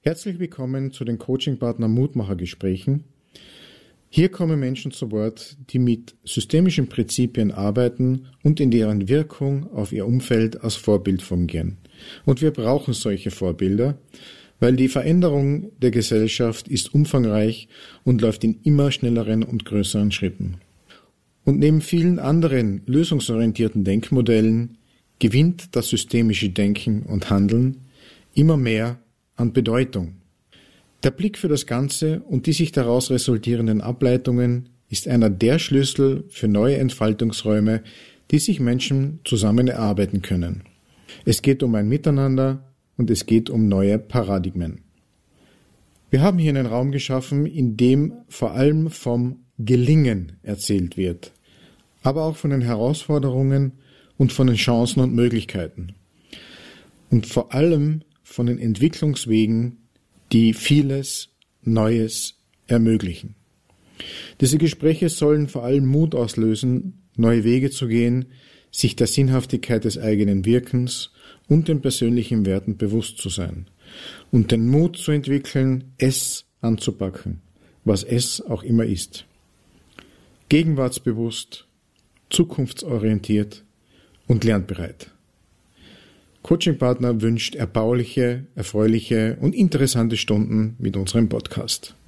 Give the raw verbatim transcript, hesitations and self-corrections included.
Herzlich willkommen zu den Coaching-Partner Mutmacher-Gesprächen. Hier kommen Menschen zu Wort, die mit systemischen Prinzipien arbeiten und in deren Wirkung auf ihr Umfeld als Vorbild fungieren. Und wir brauchen solche Vorbilder, weil die Veränderung der Gesellschaft ist umfangreich und läuft in immer schnelleren und größeren Schritten. Und neben vielen anderen lösungsorientierten Denkmodellen gewinnt das systemische Denken und Handeln immer mehr an Bedeutung. Der Blick für das Ganze und die sich daraus resultierenden Ableitungen ist einer der Schlüssel für neue Entfaltungsräume, die sich Menschen zusammen erarbeiten können. Es geht um ein Miteinander und es geht um neue Paradigmen. Wir haben hier einen Raum geschaffen, in dem vor allem vom Gelingen erzählt wird, aber auch von den Herausforderungen und von den Chancen und Möglichkeiten. Und vor allem von den Entwicklungswegen, die vieles Neues ermöglichen. Diese Gespräche sollen vor allem Mut auslösen, neue Wege zu gehen, sich der Sinnhaftigkeit des eigenen Wirkens und den persönlichen Werten bewusst zu sein und den Mut zu entwickeln, es anzupacken, was es auch immer ist. Gegenwartsbewusst, zukunftsorientiert und lernbereit. Coaching-Partner wünscht erbauliche, erfreuliche und interessante Stunden mit unserem Podcast.